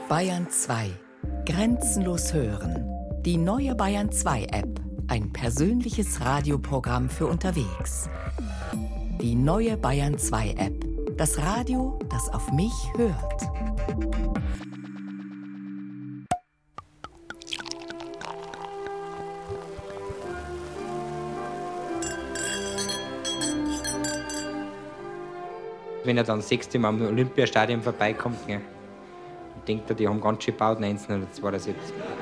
Bayern 2. Grenzenlos hören. Die neue Bayern 2 App. Ein persönliches Radioprogramm für unterwegs. Die neue Bayern 2 App. Das Radio, das auf mich hört. Wenn er dann das 6. Mal am Olympiastadion vorbeikommt, gell, denkt er, die haben ganz schön gebaut 1972.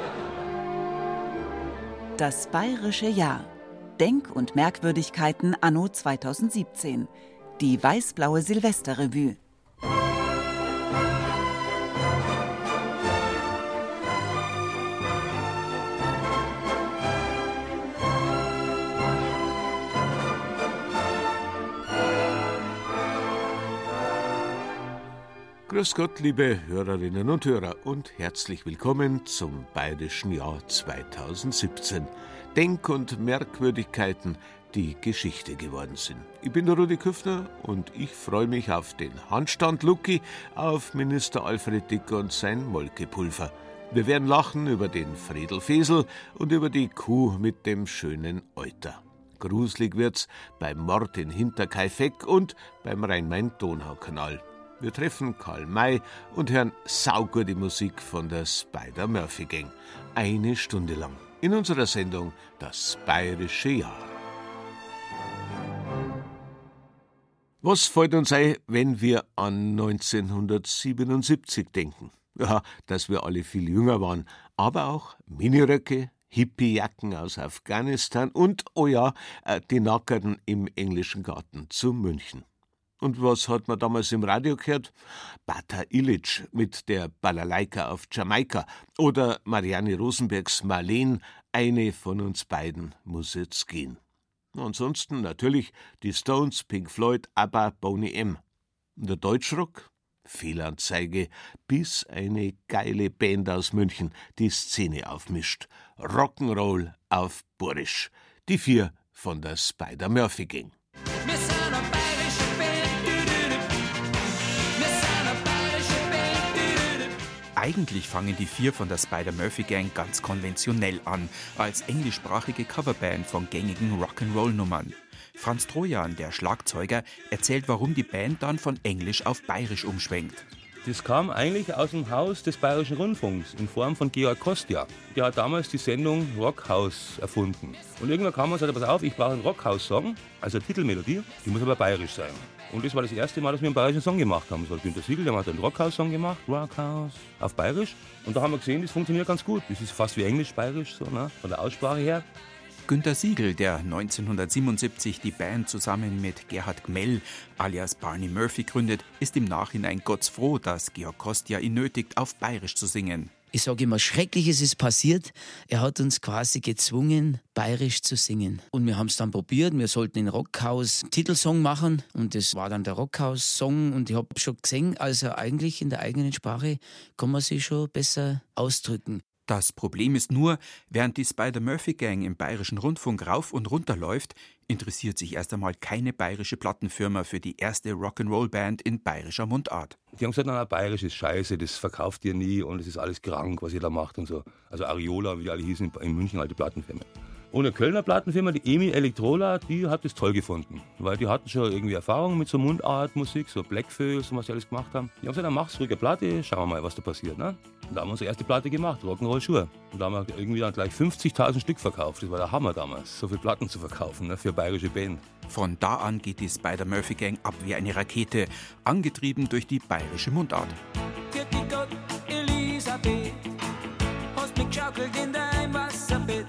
Das bayerische Jahr. Denk- und Merkwürdigkeiten anno 2017. Die weiß-blaue Silvesterrevue. Grüß Gott, liebe Hörerinnen und Hörer, und herzlich willkommen zum Bayerischen Jahr 2017. Denk- und Merkwürdigkeiten, die Geschichte geworden sind. Ich bin der Rudi Küffner und ich freue mich auf den Handstand Lucky, auf Minister Alfred Dicker und sein Molkepulver. Wir werden lachen über den Fredel Fesel und über die Kuh mit dem schönen Euter. Gruselig wird's beim Mord in Hinterkaifeck und beim Rhein-Main-Donau-Kanal. Wir treffen Karl May und hören saugute Musik von der Spider-Murphy-Gang. 1 Stunde lang in unserer Sendung Das bayerische Jahr. Was fällt uns ein, wenn wir an 1977 denken? Ja, dass wir alle viel jünger waren, aber auch Miniröcke, Hippiejacken aus Afghanistan und, oh ja, die Nackerten im englischen Garten zu München. Und was hat man damals im Radio gehört? Bata Illich mit der Balalaika auf Jamaika oder Marianne Rosenbergs Marleen, eine von uns beiden muss jetzt gehen. Ansonsten natürlich die Stones, Pink Floyd, ABBA, Boney M. Und der Deutschrock? Fehlanzeige, bis eine geile Band aus München die Szene aufmischt. Rock'n'Roll auf Borisch. Die 4 von der Spider-Murphy-Gang. Eigentlich fangen die 4 von der Spider-Murphy-Gang ganz konventionell an, als englischsprachige Coverband von gängigen Rock'n'Roll-Nummern. Franz Trojan, der Schlagzeuger, erzählt, warum die Band dann von Englisch auf Bayerisch umschwenkt. Das kam eigentlich aus dem Haus des Bayerischen Rundfunks in Form von Georg Kostja. Der hat damals die Sendung Rockhaus erfunden. Und irgendwann kam man und sagte, pass auf, ich brauche einen Rockhaus-Song, also eine Titelmelodie, die muss aber bayerisch sein. Und das war das erste Mal, dass wir einen bayerischen Song gemacht haben. Das war Günter Siegel, der hat einen Rockhaus-Song gemacht, Rockhaus, auf bayerisch. Und da haben wir gesehen, das funktioniert ganz gut. Das ist fast wie englisch-bayerisch, so, ne? Von der Aussprache her. Günter Siegel, der 1977 die Band zusammen mit Gerhard Gmell alias Barney Murphy gründet, ist im Nachhinein gottsfroh, dass Georg Kostja ihn nötigt, auf Bayerisch zu singen. Ich sage immer, Schreckliches ist passiert. Er hat uns quasi gezwungen, bayerisch zu singen. Und wir haben es dann probiert. Wir sollten den Rockhaus-Titelsong machen. Und das war dann der Rockhaus-Song. Und ich habe schon gesehen, also eigentlich in der eigenen Sprache kann man sich schon besser ausdrücken. Das Problem ist nur, während die Spider-Murphy-Gang im Bayerischen Rundfunk rauf und runter läuft, interessiert sich erst einmal keine bayerische Plattenfirma für die erste Rock'n'Roll-Band in bayerischer Mundart. Die haben gesagt, na, bayerisch ist scheiße, das verkauft ihr nie und es ist alles krank, was ihr da macht und so. Also Ariola, wie die alle hießen, in München halt die Plattenfirma. Und eine Kölner Plattenfirma, die Emi Elektrola, die hat das toll gefunden. Weil die hatten schon irgendwie Erfahrung mit so Mundartmusik, so Blackfields und was die alles gemacht haben. Die haben gesagt, dann mach's ruhig eine Platte, schauen wir mal, was da passiert. Ne? Und da haben wir unsere erste Platte gemacht, Rock'n'Roll Sure. Und da haben wir irgendwie dann gleich 50.000 Stück verkauft. Das war der Hammer damals, so viele Platten zu verkaufen, ne, für eine bayerische Band. Von da an geht die Spider-Murphy-Gang ab wie eine Rakete, angetrieben durch die bayerische Mundart. Grüß Gott, Elisabeth, hast mich geschaukelt in dein Wasserbett.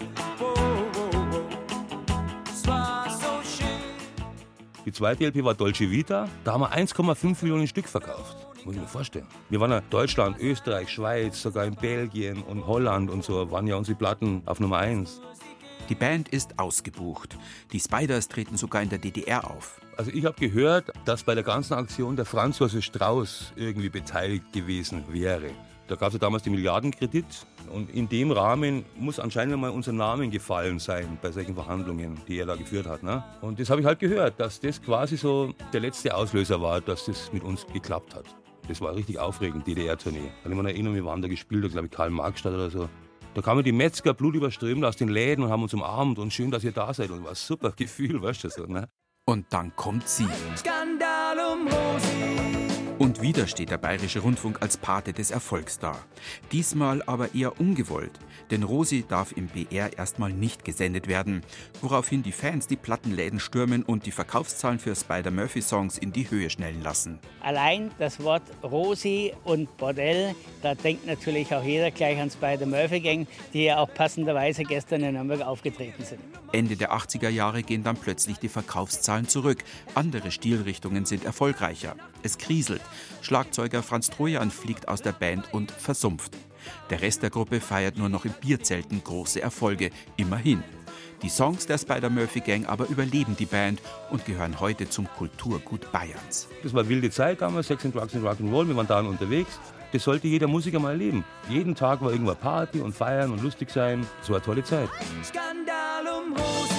Die zweite LP war Dolce Vita, da haben wir 1,5 Millionen Stück verkauft. Muss ich mir vorstellen. Wir waren ja Deutschland, Österreich, Schweiz, sogar in Belgien und Holland und so waren ja unsere Platten auf Nummer 1. Die Band ist ausgebucht. Die Spiders treten sogar in der DDR auf. Also ich habe gehört, dass bei der ganzen Aktion der Franz Josef Strauß irgendwie beteiligt gewesen wäre. Da gab es ja damals den Milliardenkredit und in dem Rahmen muss anscheinend mal unser Name gefallen sein bei solchen Verhandlungen, die er da geführt hat. Ne? Und das habe ich halt gehört, dass das quasi so der letzte Auslöser war, dass das mit uns geklappt hat. Das war richtig aufregend, DDR-Tournee. Kann ich mich noch erinnern, wir waren da gespielt, glaube ich, Karl-Marx-Stadt oder so. Da kamen die Metzger blutüberströmt aus den Läden und haben uns umarmt und schön, dass ihr da seid. Und das war ein super Gefühl, weißt du so, ne? Und dann kommt sie. Skandal um Rosi. Und wieder steht der Bayerische Rundfunk als Pate des Erfolgs da. Diesmal aber eher ungewollt, denn Rosi darf im BR erstmal nicht gesendet werden, woraufhin die Fans die Plattenläden stürmen und die Verkaufszahlen für Spider-Murphy-Songs in die Höhe schnellen lassen. Allein das Wort Rosi und Bordell, da denkt natürlich auch jeder gleich an Spider-Murphy-Gang, die ja auch passenderweise gestern in Nürnberg aufgetreten sind. Ende der 80er Jahre gehen dann plötzlich die Verkaufszahlen zurück. Andere Stilrichtungen sind erfolgreicher. Es kriselt. Schlagzeuger Franz Trojan fliegt aus der Band und versumpft. Der Rest der Gruppe feiert nur noch in Bierzelten große Erfolge, immerhin. Die Songs der Spider-Murphy-Gang aber überleben die Band und gehören heute zum Kulturgut Bayerns. Das war wilde Zeit damals, Sex and Drugs and Rock'n'Roll, wir waren da unterwegs. Das sollte jeder Musiker mal erleben. Jeden Tag war irgendwo Party und feiern und lustig sein. Das war eine tolle Zeit. Skandal um Rosi.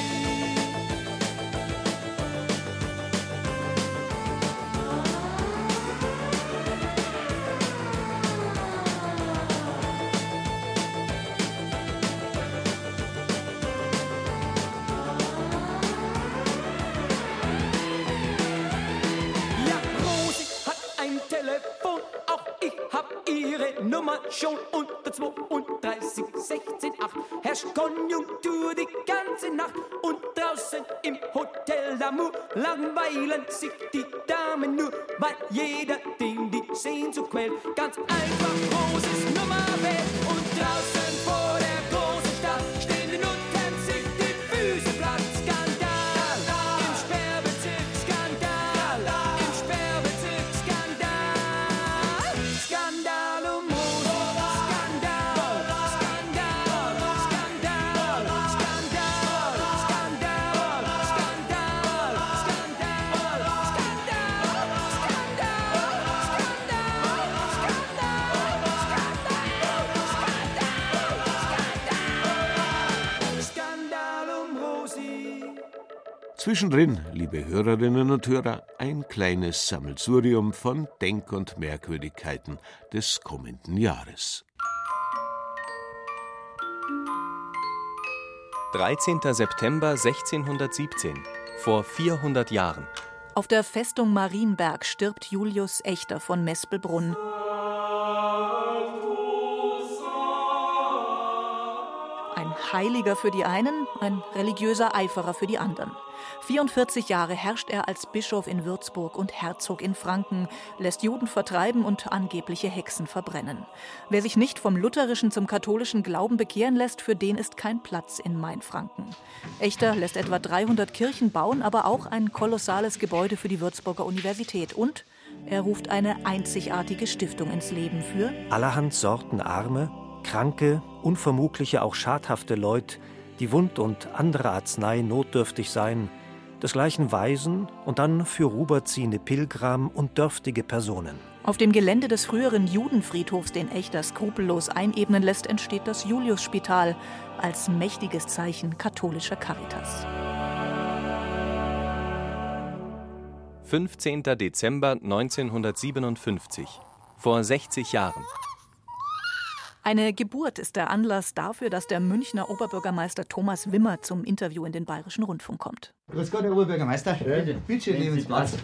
Nummer schon unter 32, 16, 8. Herrscht Konjunktur die ganze Nacht. Und draußen im Hotel d'Amour langweilen sich die Damen nur, weil jeder, den die Sehnsucht quält, ganz einfach Rosis Nummer wählt. Und draußen vor der großen Stadt stehen die Nutten, sich die Füße platt. Skandal im Sperrbezirk, Skandal im Sperrbezirk, Skandal. Skandal um Zwischendrin, liebe Hörerinnen und Hörer, ein kleines Sammelsurium von Denk- und Merkwürdigkeiten des kommenden Jahres. 13. September 1617, vor 400 Jahren. Auf der Festung Marienberg stirbt Julius Echter von Mespelbrunn. Ein Heiliger für die einen, ein religiöser Eiferer für die anderen. 44 Jahre herrscht er als Bischof in Würzburg und Herzog in Franken, lässt Juden vertreiben und angebliche Hexen verbrennen. Wer sich nicht vom lutherischen zum katholischen Glauben bekehren lässt, für den ist kein Platz in Mainfranken. Echter lässt etwa 300 Kirchen bauen, aber auch ein kolossales Gebäude für die Würzburger Universität. Und er ruft eine einzigartige Stiftung ins Leben für allerhand Sorten Arme, Kranke, unvermugliche, auch schadhafte Leut, die Wund- und andere Arznei notdürftig seien, desgleichen Waisen und dann für rüberziehende Pilgram und dürftige Personen. Auf dem Gelände des früheren Judenfriedhofs, den Echter skrupellos einebnen lässt, entsteht das Juliusspital als mächtiges Zeichen katholischer Caritas. 15. Dezember 1957, vor 60 Jahren. Eine Geburt ist der Anlass dafür, dass der Münchner Oberbürgermeister Thomas Wimmer zum Interview in den Bayerischen Rundfunk kommt. Grüß Gott, Herr Oberbürgermeister. Bitte nehmen Sie Platz.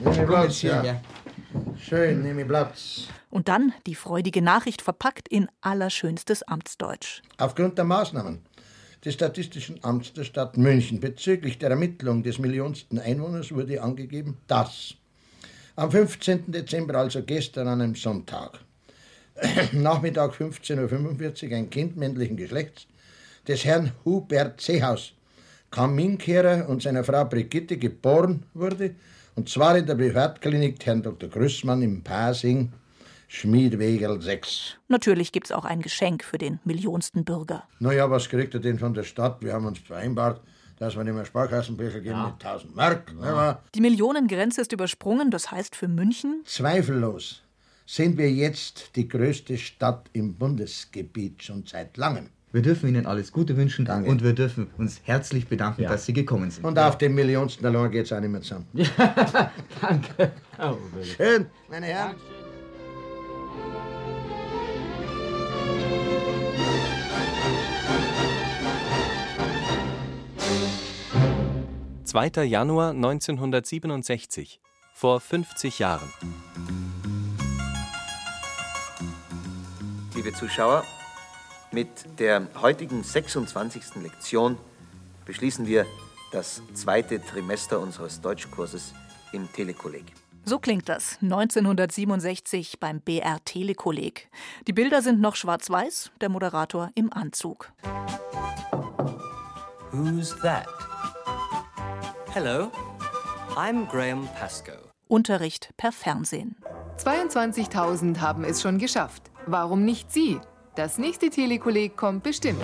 Schön, nehme Platz. Und dann die freudige Nachricht verpackt in allerschönstes Amtsdeutsch. Aufgrund der Maßnahmen des Statistischen Amts der Stadt München bezüglich der Ermittlung des millionsten Einwohners wurde angegeben, dass am 15. Dezember, also gestern an einem Sonntag, Nachmittag 15:45 Uhr ein Kind männlichen Geschlechts des Herrn Hubert Seehaus, Kaminkehrer, und seiner Frau Brigitte geboren wurde, und zwar in der Privatklinik Herrn Dr. Grüßmann im Pasing, Schmiedwegel 6. Natürlich gibt's auch ein Geschenk für den millionsten Bürger. Naja, was kriegt er denn von der Stadt? Wir haben uns vereinbart, dass wir ihm ein Sparkassenbüchel geben mit 1000 Mark. Ja. Die Millionengrenze ist übersprungen, das heißt für München zweifellos sind wir jetzt die größte Stadt im Bundesgebiet schon seit langem. Wir dürfen Ihnen alles Gute wünschen. Danke. Und wir dürfen uns herzlich bedanken, dass Sie gekommen sind. Und auf den millionsten allein geht es auch nicht mehr zusammen. Danke. Schön, meine Herren. 2. Januar 1967, vor 50 Jahren. Liebe Zuschauer, mit der heutigen 26. Lektion beschließen wir das 2. Trimester unseres Deutschkurses im Telekolleg. So klingt das 1967 beim BR Telekolleg. Die Bilder sind noch schwarz-weiß, der Moderator im Anzug. Who's that? Hello, I'm Graham Pascoe. Unterricht per Fernsehen. 22.000 haben es schon geschafft. Warum nicht Sie? Das nächste Telekolleg kommt bestimmt.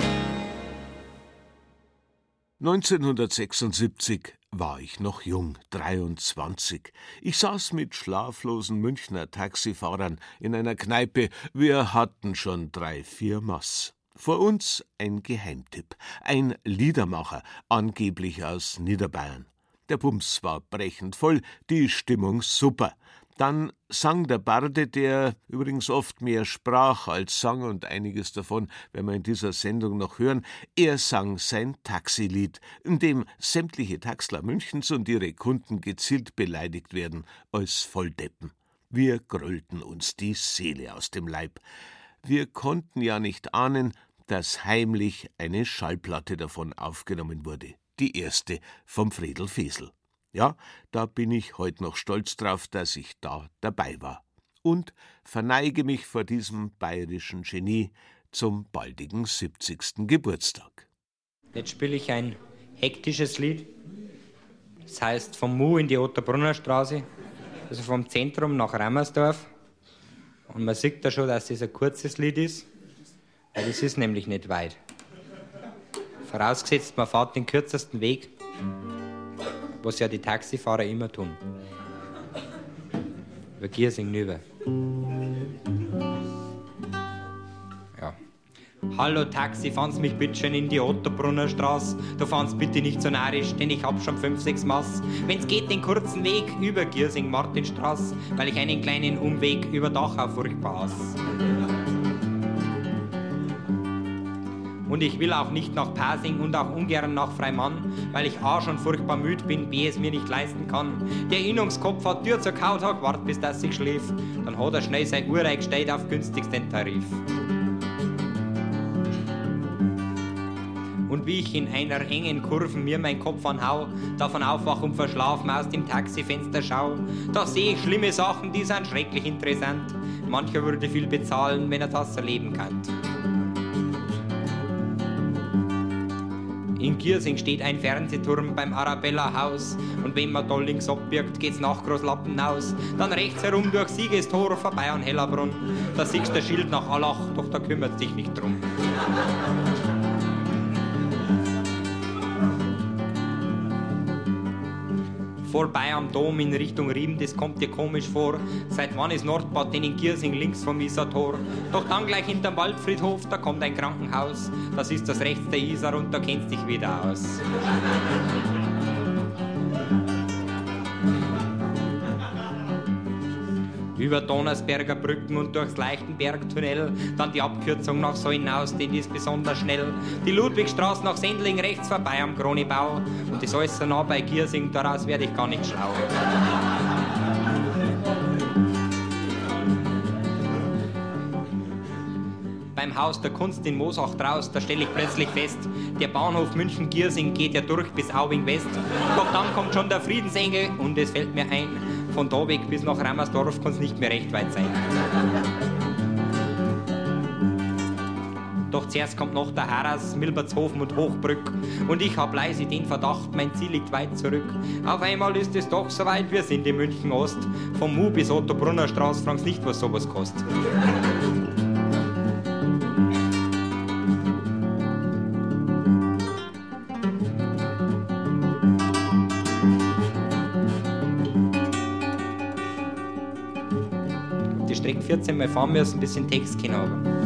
1976 war ich noch jung, 23. Ich saß mit schlaflosen Münchner Taxifahrern in einer Kneipe. Wir hatten schon 3-4 Maß. Vor uns ein Geheimtipp, ein Liedermacher, angeblich aus Niederbayern. Der Bums war brechend voll, die Stimmung super. Dann sang der Barde, der übrigens oft mehr sprach als sang, und einiges davon werden wir in dieser Sendung noch hören. Er sang sein Taxilied, in dem sämtliche Taxler Münchens und ihre Kunden gezielt beleidigt werden als Volldeppen. Wir grölten uns die Seele aus dem Leib. Wir konnten ja nicht ahnen, dass heimlich eine Schallplatte davon aufgenommen wurde. Die erste vom Friedel Fesel. Ja, da bin ich heute noch stolz drauf, dass ich da dabei war. Und verneige mich vor diesem bayerischen Genie zum baldigen 70. Geburtstag. Jetzt spiele ich ein hektisches Lied. Das heißt vom Mu in die Otterbrunner Straße, also vom Zentrum nach Rammersdorf. Und man sieht da schon, dass das ein kurzes Lied ist, weil es ist nämlich nicht weit. Vorausgesetzt, man fährt den kürzesten Weg, was ja die Taxifahrer immer tun. Über Giersing rüber. Ja. Hallo Taxi, fahren mich bitte schön in die Otterbrunner Straße. Du fahrst bitte nicht so narrisch, denn ich hab schon 5-6 Maß. Wenn's geht, den kurzen Weg über Giersing-Martinstraß, weil ich einen kleinen Umweg über Dachau furchtbar hasse. Und ich will auch nicht nach Pasing und auch ungern nach Freimann, weil ich A schon furchtbar müde bin, B es mir nicht leisten kann. Der Innungskopf hat Tür zur Kautag, wart bis das ich schläft, dann hat er schnell sein Uhr eingestellt auf günstigsten Tarif. Und wie ich in einer engen Kurve mir meinen Kopf anhau, davon aufwach und verschlafen aus dem Taxifenster schau, da sehe ich schlimme Sachen, die sind schrecklich interessant. Mancher würde viel bezahlen, wenn er das erleben kann. In Giersing steht ein Fernsehturm beim Arabella-Haus. Und wenn man da links abbiegt, geht's nach Großlappen aus. Dann rechts herum durch Siegestor vorbei an Hellerbrunn. Da siehst du das Schild nach Allach, doch da kümmert sich nicht drum. Vorbei am Dom in Richtung Riem, das kommt dir komisch vor. Seit wann ist Nordbad denn in Giersing links vom Isartor? Doch dann gleich hinterm Waldfriedhof, da kommt ein Krankenhaus. Das ist das rechts der Isar und da kennst dich wieder aus. Über Donnersberger Brücken und durchs Leichtenbergtunnel, dann die Abkürzung nach so hinaus, denn die ist besonders schnell. Die Ludwigstraße nach Sendling rechts vorbei am Kronibau und das alles so nah bei Giersing, daraus werde ich gar nicht schlau. Beim Haus der Kunst in Moosach draus, da stelle ich plötzlich fest, der Bahnhof München-Giersing geht ja durch bis Aubing-West. Doch dann kommt schon der Friedensengel und es fällt mir ein, von da weg bis nach Rammersdorf kann's nicht mehr recht weit sein. Doch zuerst kommt noch der Harras, Milbertshofen und Hochbrück. Und ich hab leise den Verdacht, mein Ziel liegt weit zurück. Auf einmal ist es doch soweit, wir sind in München-Ost. Vom Mu bis Ottobrunner Straße, fragst nicht, was sowas kostet. Die Strecke 14 Mal fahren müssen, ein bisschen Text kennen haben.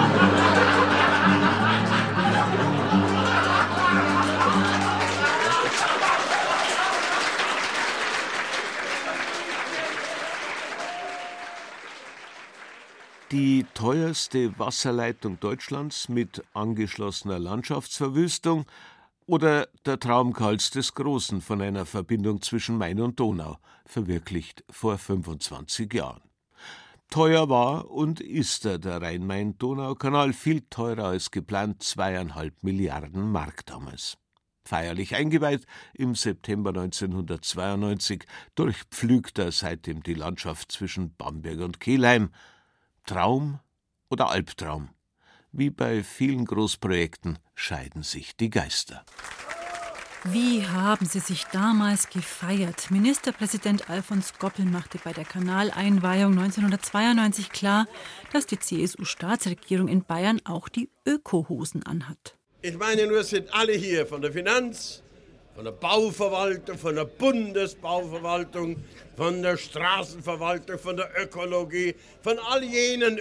Die teuerste Wasserleitung Deutschlands mit angeschlossener Landschaftsverwüstung Oder der Traum Karls des Großen von einer Verbindung zwischen Main und Donau, verwirklicht vor 25 Jahren. Teuer war und ist der Rhein-Main-Donau-Kanal, viel teurer als geplant, 2,5 Milliarden Mark damals. Feierlich eingeweiht im September 1992, durchpflügt er seitdem die Landschaft zwischen Bamberg und Kelheim. Traum oder Albtraum? Wie bei vielen Großprojekten scheiden sich die Geister. Wie haben sie sich damals gefeiert? Ministerpräsident Alfons Goppel machte bei der Kanaleinweihung 1992 klar, dass die CSU-Staatsregierung in Bayern auch die Ökohosen anhat. Ich meine nur, sind alle hier von der Finanz, von der Bauverwaltung, von der Bundesbauverwaltung, von der Straßenverwaltung, von der Ökologie, von all jenen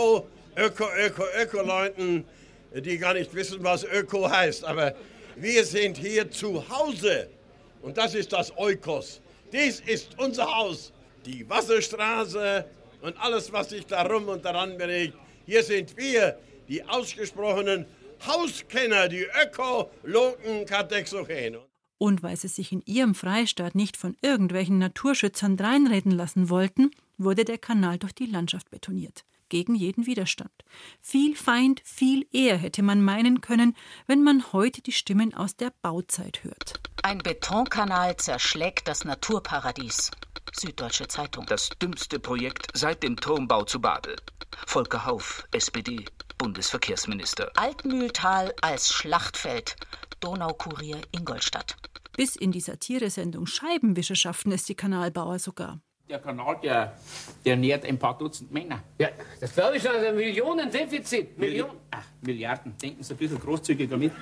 Öko-Leuten, die gar nicht wissen, was Öko heißt. Aber wir sind hier zu Hause und das ist das Oikos. Dies ist unser Haus, die Wasserstraße und alles, was sich darum und daran bewegt. Hier sind wir, die ausgesprochenen Hauskenner, die Ökologen Katexogen. Und weil sie sich in ihrem Freistaat nicht von irgendwelchen Naturschützern dreinreden lassen wollten, wurde der Kanal durch die Landschaft betoniert. Gegen jeden Widerstand. Viel Feind, viel eher hätte man meinen können, wenn man heute die Stimmen aus der Bauzeit hört. Ein Betonkanal zerschlägt das Naturparadies. Süddeutsche Zeitung. Das dümmste Projekt seit dem Turmbau zu Babel. Volker Hauff, SPD, Bundesverkehrsminister. Altmühltal als Schlachtfeld. Donaukurier Ingolstadt. Bis in die Satiresendung Scheibenwischer schafften es die Kanalbauer sogar. Der Kanal, der nährt ein paar Dutzend Männer. Ja, das glaube ich schon, also Millionendefizit. Milliarden. Denken Sie ein bisschen großzügiger mit.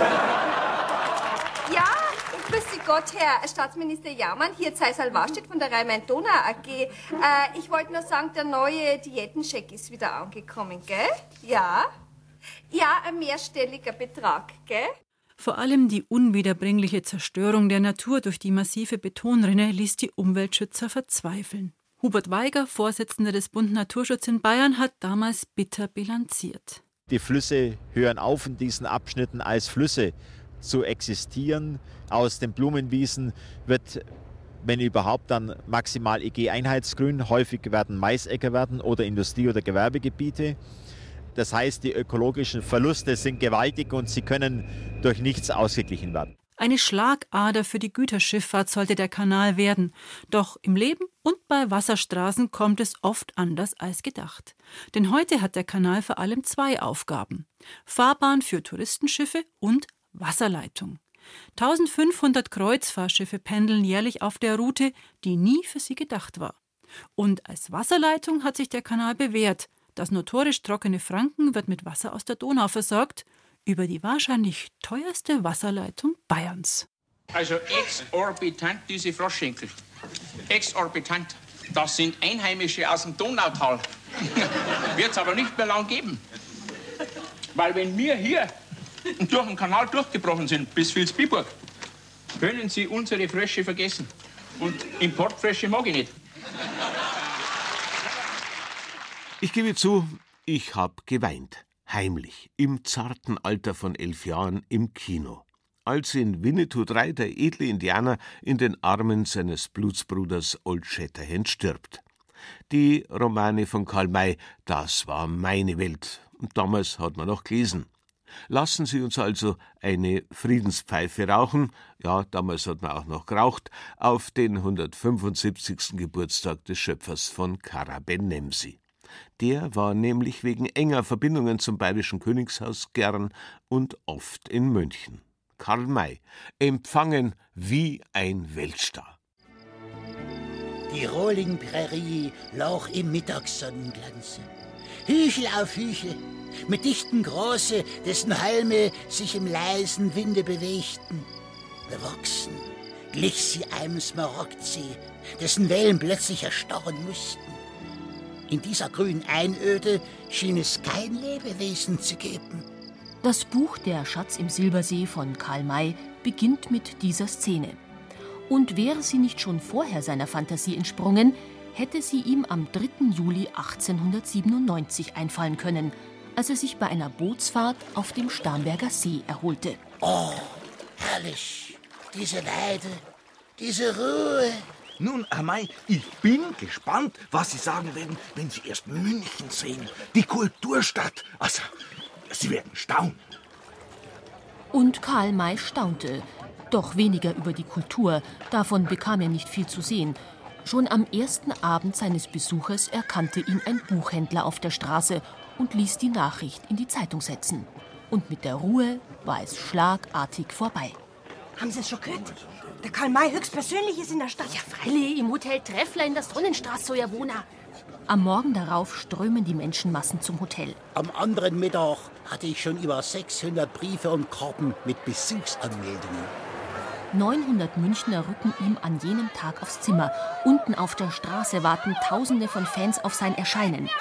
Ja, grüß Sie Gott, Herr Staatsminister Jaumann. Hier Zeisal Warstedt von der Rhein-Main-Donau AG. Ich wollte nur sagen, der neue Diätencheck ist wieder angekommen, gell? Ja? Ja, ein mehrstelliger Betrag, gell? Vor allem die unwiederbringliche Zerstörung der Natur durch die massive Betonrinne ließ die Umweltschützer verzweifeln. Hubert Weiger, Vorsitzender des Bund Naturschutz in Bayern, hat damals bitter bilanziert. Die Flüsse hören auf, in diesen Abschnitten als Flüsse zu existieren. Aus den Blumenwiesen wird, wenn überhaupt, dann maximal EG-Einheitsgrün. Häufig werden Maisäcker werden oder Industrie- oder Gewerbegebiete. Das heißt, die ökologischen Verluste sind gewaltig und sie können durch nichts ausgeglichen werden. Eine Schlagader für die Güterschifffahrt sollte der Kanal werden. Doch im Leben und bei Wasserstraßen kommt es oft anders als gedacht. Denn heute hat der Kanal vor allem zwei Aufgaben: Fahrbahn für Touristenschiffe und Wasserleitung. 1500 Kreuzfahrtschiffe pendeln jährlich auf der Route, die nie für sie gedacht war. Und als Wasserleitung hat sich der Kanal bewährt. Das notorisch trockene Franken wird mit Wasser aus der Donau versorgt, über die wahrscheinlich teuerste Wasserleitung Bayerns. Also exorbitant diese Froschschenkel. Exorbitant. Das sind Einheimische aus dem Donautal. Wird es aber nicht mehr lang geben. Weil wenn wir hier durch den Kanal durchgebrochen sind bis Vilsbiburg, können Sie unsere Frösche vergessen. Und Importfrösche mag ich nicht. Ich gebe zu, ich hab geweint. Heimlich, im zarten Alter von 11 Jahren im Kino. Als in Winnetou 3 der edle Indianer in den Armen seines Blutsbruders Old Shatterhand stirbt. Die Romane von Karl May, das war meine Welt. Und damals hat man noch gelesen. Lassen Sie uns also eine Friedenspfeife rauchen, ja, damals hat man auch noch geraucht, auf den 175. Geburtstag des Schöpfers von Kara Ben Nemsi. Der war nämlich wegen enger Verbindungen zum bayerischen Königshaus gern und oft in München. Karl May, empfangen wie ein Weltstar. Die rolling Prärie lag im Mittagssonnenglanze. Hügel auf Hügel, mit dichten Große, dessen Halme sich im leisen Winde bewegten. Bewachsen glich sie einem Smaragdsee, dessen Wellen plötzlich erstarren mussten. In dieser grünen Einöde schien es kein Lebewesen zu geben. Das Buch Der Schatz im Silbersee von Karl May beginnt mit dieser Szene. Und wäre sie nicht schon vorher seiner Fantasie entsprungen, hätte sie ihm am 3. Juli 1897 einfallen können, als er sich bei einer Bootsfahrt auf dem Starnberger See erholte. Oh, Herrlich. Diese Weide, diese Ruhe. Nun, Herr May, ich bin gespannt, was Sie sagen werden, wenn Sie erst München sehen. Die Kulturstadt. Also, Sie werden staunen. Und Karl May staunte. Doch weniger über die Kultur. Davon bekam er nicht viel zu sehen. Schon am ersten Abend seines Besuches erkannte ihn ein Buchhändler auf der Straße und ließ die Nachricht in die Zeitung setzen. Und mit der Ruhe war es schlagartig vorbei. Haben Sie es schon gehört? Der Karl May höchstpersönlich ist in der Stadt. Ja, freilich, im Hotel Treffler in der Sonnenstraße soll er wohnen. Am Morgen darauf strömen die Menschenmassen zum Hotel. Am anderen Mittag hatte ich schon über 600 Briefe und Karten mit Besuchsanmeldungen. 900 Münchner rücken ihm an jenem Tag aufs Zimmer. Unten auf der Straße warten Tausende von Fans auf sein Erscheinen.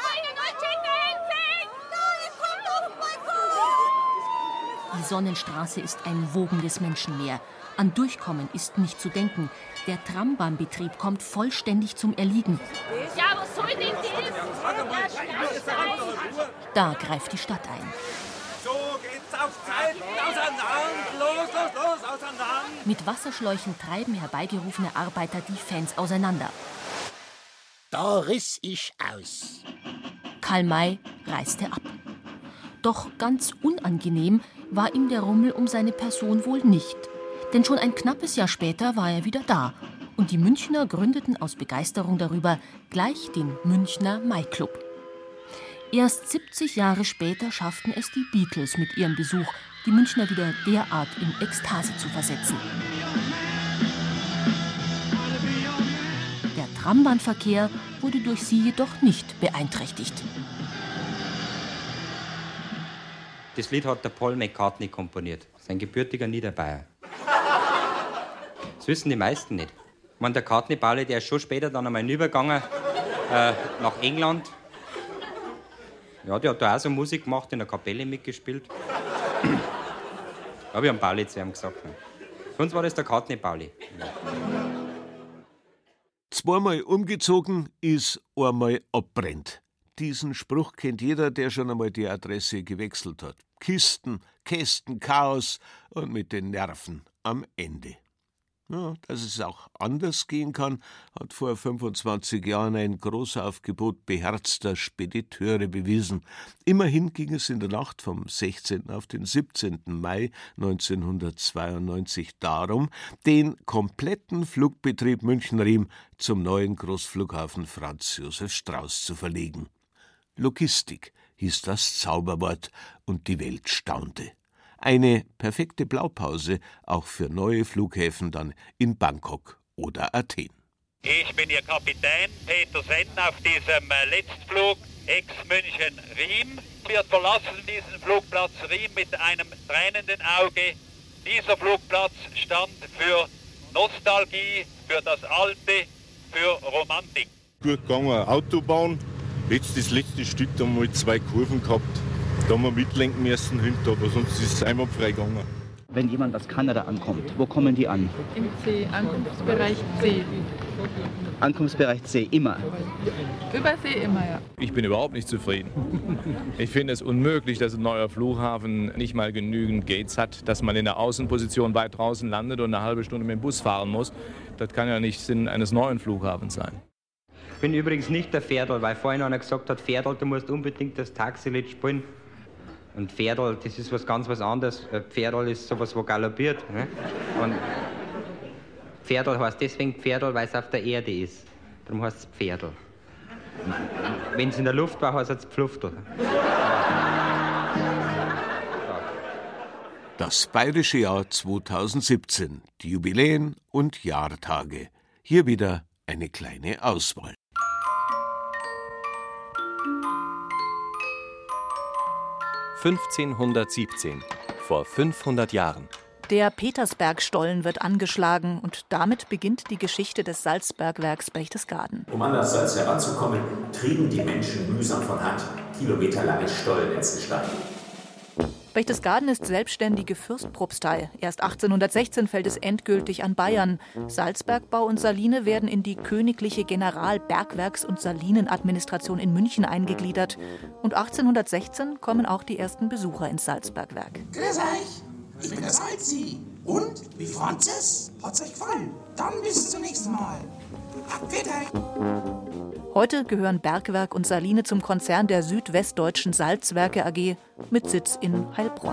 Die Sonnenstraße ist ein wogendes Menschenmeer. An Durchkommen ist nicht zu denken. Der Trambahnbetrieb kommt vollständig zum Erliegen. Ja, was soll denn das? Da greift die Stadt ein. So geht's auf Zeiten auseinander. Los, auseinander. Mit Wasserschläuchen treiben herbeigerufene Arbeiter die Fans auseinander. Da riss ich aus. Karl May reiste ab. Doch ganz unangenehm war ihm der Rummel um seine Person wohl nicht. Denn schon ein knappes Jahr später war er wieder da. Und die Münchner gründeten aus Begeisterung darüber gleich den Münchner Mai-Club. Erst 70 Jahre später schafften es die Beatles mit ihrem Besuch, die Münchner wieder derart in Ekstase zu versetzen. Der Trambahnverkehr wurde durch sie jedoch nicht beeinträchtigt. Das Lied hat der Paul McCartney komponiert, sein gebürtiger Niederbayer. Das wissen die meisten nicht. Ich meine, der Cartney-Balle, der ist schon später dann einmal rübergegangen nach England. Ja, der hat da auch so Musik gemacht, in der Kapelle mitgespielt. Habe ich am Balle zu ihm gesagt. Für uns war das der Cartney-Balle. Zweimal umgezogen ist einmal abbrennt. Diesen Spruch kennt jeder, der schon einmal die Adresse gewechselt hat. Kisten, Kästen, Chaos und mit den Nerven am Ende. Ja, dass es auch anders gehen kann, hat vor 25 Jahren ein Großaufgebot beherzter Spediteure bewiesen. Immerhin ging es in der Nacht vom 16. auf den 17. Mai 1992 darum, den kompletten Flugbetrieb München-Riem zum neuen Großflughafen Franz Josef Strauß zu verlegen. Logistik hieß das Zauberwort und die Welt staunte. Eine perfekte Blaupause auch für neue Flughäfen dann in Bangkok oder Athen. Ich bin Ihr Kapitän Peter Senn auf diesem Letztflug Ex-München-Riem. Wir verlassen diesen Flugplatz Riem mit einem tränenden Auge. Dieser Flugplatz stand für Nostalgie, für das Alte, für Romantik. Gut gegangen, Autobahn. Jetzt das letzte Stück, da haben wir 2 Kurven gehabt. Da haben wir mitlenken müssen hinter, aber sonst ist es einmal frei gegangen. Wenn jemand aus Kanada ankommt, wo kommen die an? Im C, Ankunftsbereich C. Ankunftsbereich C, immer? Über See immer, ja. Ich bin überhaupt nicht zufrieden. Ich finde es unmöglich, dass ein neuer Flughafen nicht mal genügend Gates hat, dass man in der Außenposition weit draußen landet und eine halbe Stunde mit dem Bus fahren muss. Das kann ja nicht Sinn eines neuen Flughafens sein. Ich bin übrigens nicht der Pferdl, weil vorhin einer gesagt hat, Pferdl, du musst unbedingt das Taxilied spielen. Und Pferdl, das ist was ganz was anderes. Pferdl ist sowas, wo galoppiert. Ne? Und Pferdl heißt deswegen Pferdl, weil es auf der Erde ist. Darum heißt es Pferdl. Wenn es in der Luft war, heißt es Pfluftl. Das bayerische Jahr 2017, die Jubiläen und Jahrtage. Hier wieder eine kleine Auswahl. (1517), vor 500 Jahren. Der Petersbergstollen wird angeschlagen und damit beginnt die Geschichte des Salzbergwerks Berchtesgaden. Um an das Salz heranzukommen, trieben die Menschen mühsam von Hand kilometerlange Stollennetze steil. Berchtesgaden ist selbstständige Fürstpropstei. Erst 1816 fällt es endgültig an Bayern. Salzbergbau und Saline werden in die königliche Generalbergwerks- und Salinenadministration in München eingegliedert. Und 1816 kommen auch die ersten Besucher ins Salzbergwerk. Grüß euch! Ich bin der Salzi. Und, wie fand's es? Hat's euch gefallen? Dann bis zum nächsten Mal. Heute gehören Bergwerk und Saline zum Konzern der Südwestdeutschen Salzwerke AG mit Sitz in Heilbronn.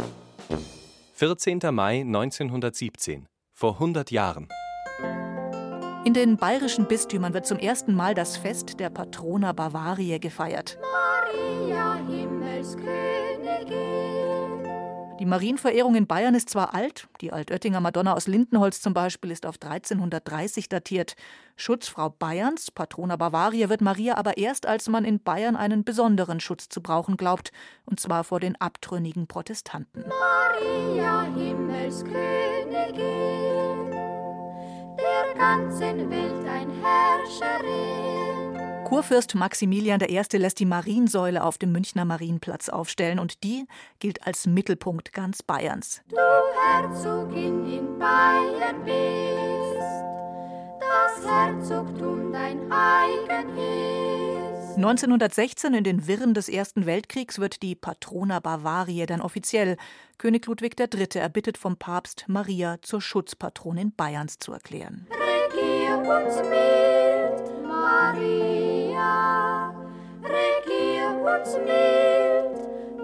14. Mai 1917, vor 100 Jahren. In den bayerischen Bistümern wird zum ersten Mal das Fest der Patrona Bavariae gefeiert. Maria, Himmelskönigin. Die Marienverehrung in Bayern ist zwar alt, die Altöttinger Madonna aus Lindenholz zum Beispiel ist auf 1330 datiert. Schutzfrau Bayerns, Patrona Bavariae, wird Maria aber erst, als man in Bayern einen besonderen Schutz zu brauchen glaubt, und zwar vor den abtrünnigen Protestanten. Maria, Himmelskönigin, der ganzen Welt ein Herrscherin. Kurfürst Maximilian I. lässt die Mariensäule auf dem Münchner Marienplatz aufstellen und die gilt als Mittelpunkt ganz Bayerns. Du Herzogin in Bayern bist, das Herzogtum dein eigen ist. 1916, in den Wirren des Ersten Weltkriegs, wird die Patrona Bavariae dann offiziell. König Ludwig III. Erbittet vom Papst, Maria zur Schutzpatronin Bayerns zu erklären. Regier uns mild, Maria, regier uns mild,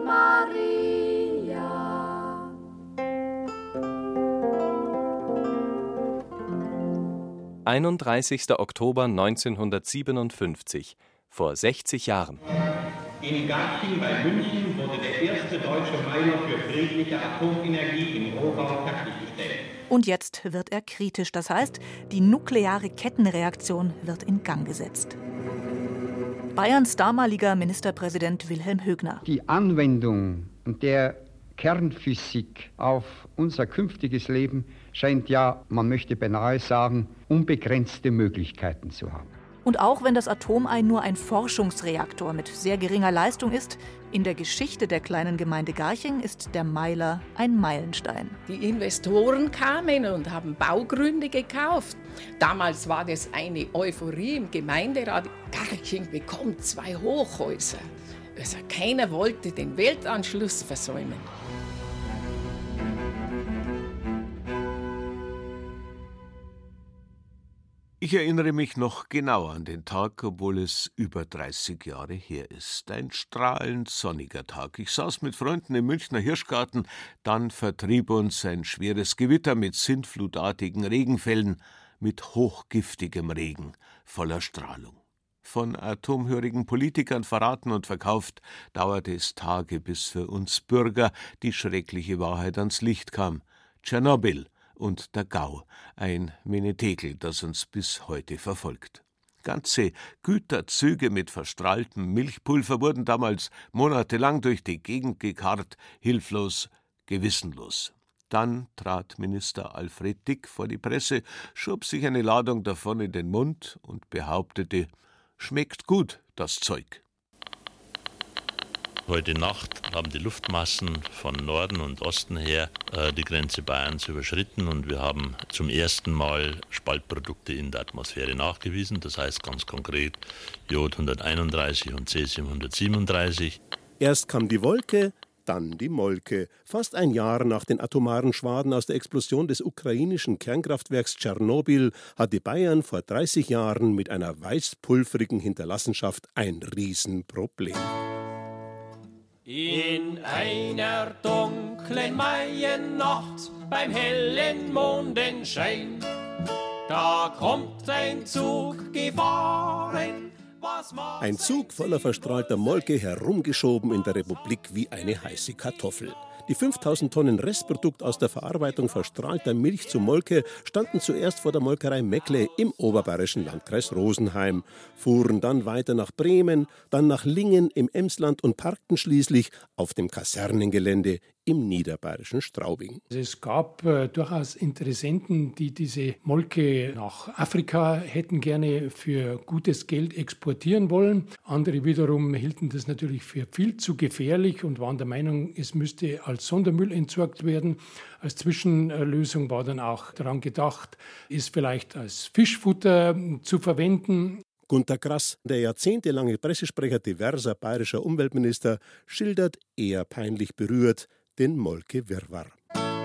Maria. »31. Oktober 1957, vor 60 Jahren. In Garching bei München wurde der erste deutsche Meiler für friedliche Atomenergie im Rohbau fertiggestellt. Und jetzt wird er kritisch, das heißt, die nukleare Kettenreaktion wird in Gang gesetzt. Bayerns damaliger Ministerpräsident Wilhelm Högner. Die Anwendung der Kernphysik auf unser künftiges Leben scheint ja, man möchte beinahe sagen, unbegrenzte Möglichkeiten zu haben. Und auch wenn das Atomei nur ein Forschungsreaktor mit sehr geringer Leistung ist, in der Geschichte der kleinen Gemeinde Garching ist der Meiler ein Meilenstein. Die Investoren kamen und haben Baugründe gekauft. Damals war das eine Euphorie im Gemeinderat. Garching bekommt 2 Hochhäuser. Also keiner wollte den Weltanschluss versäumen. Ich erinnere mich noch genau an den Tag, obwohl es über 30 Jahre her ist. Ein strahlend sonniger Tag. Ich saß mit Freunden im Münchner Hirschgarten, dann vertrieb uns ein schweres Gewitter mit sintflutartigen Regenfällen, mit hochgiftigem Regen, voller Strahlung. Von atomhörigen Politikern verraten und verkauft, dauerte es Tage, bis für uns Bürger die schreckliche Wahrheit ans Licht kam. Tschernobyl und der Gau, ein Menetekel, das uns bis heute verfolgt. Ganze Güterzüge mit verstrahltem Milchpulver wurden damals monatelang durch die Gegend gekarrt, hilflos, gewissenlos. Dann trat Minister Alfred Dick vor die Presse, schob sich eine Ladung davon in den Mund und behauptete, schmeckt gut, das Zeug. Heute Nacht haben die Luftmassen von Norden und Osten her die Grenze Bayerns überschritten und wir haben zum ersten Mal Spaltprodukte in der Atmosphäre nachgewiesen. Das heißt ganz konkret Jod 131 und Cäsium 137. Erst kam die Wolke, dann die Molke. Fast ein Jahr nach den atomaren Schwaden aus der Explosion des ukrainischen Kernkraftwerks Tschernobyl hatte Bayern vor 30 Jahren mit einer weißpulverigen Hinterlassenschaft ein Riesenproblem. In einer dunklen Maiennacht beim hellen Mondenschein, da kommt ein Zug gefahren. Ein Zug voller verstrahlter Molke, herumgeschoben in der Republik wie eine heiße Kartoffel. Die 5000 Tonnen Restprodukt aus der Verarbeitung verstrahlter Milch zu Molke standen zuerst vor der Molkerei Meckle im oberbayerischen Landkreis Rosenheim, fuhren dann weiter nach Bremen, dann nach Lingen im Emsland und parkten schließlich auf dem Kasernengelände im niederbayerischen Straubing. Es gab durchaus Interessenten, die diese Molke nach Afrika hätten gerne für gutes Geld exportieren wollen. Andere wiederum hielten das natürlich für viel zu gefährlich und waren der Meinung, es müsste als Sondermüll entsorgt werden. Als Zwischenlösung war dann auch daran gedacht, es vielleicht als Fischfutter zu verwenden. Gunter Grass, der jahrzehntelange Pressesprecher diverser bayerischer Umweltminister, schildert eher peinlich berührt den Molke-Wirrwarr.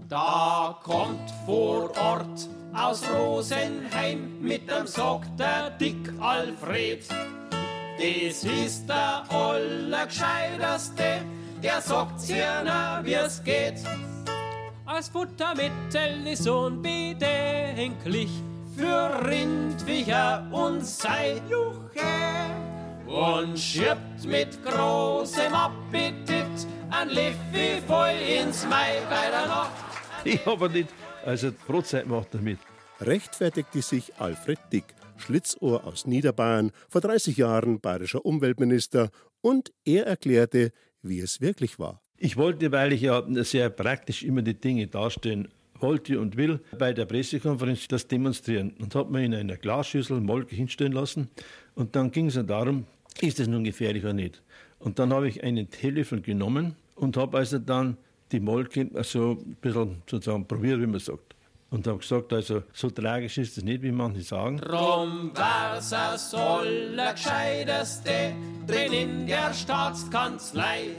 Da kommt vor Ort aus Rosenheim mit dem Sack der Dick Alfred. Das ist der Allergescheiterste, der sagt's ja, wie's geht. Als Futtermittel ist unbedenklich für Rindviecher und Seijuche und schirbt mit großem Appetit ein Leffi voll ins Mai bei der Nacht. Ich aber nicht, also Brotzeit macht er mit. Rechtfertigte sich Alfred Dick, Schlitzohr aus Niederbayern, vor 30 Jahren bayerischer Umweltminister, und er erklärte, wie es wirklich war. Ich wollte, weil ich ja sehr praktisch immer die Dinge darstellen wollte und will, bei der Pressekonferenz das demonstrieren und habe mir in einer Glasschüssel Molke hinstellen lassen und dann ging es darum, ist es nun gefährlich oder nicht. Und dann habe ich einen Teelöffel genommen und habe also dann die Molke so ein bisschen sozusagen probiert, wie man sagt. Und habe gesagt, also so tragisch ist es nicht, wie manche sagen. Drum war's das Allergescheiterste drin in der Staatskanzlei.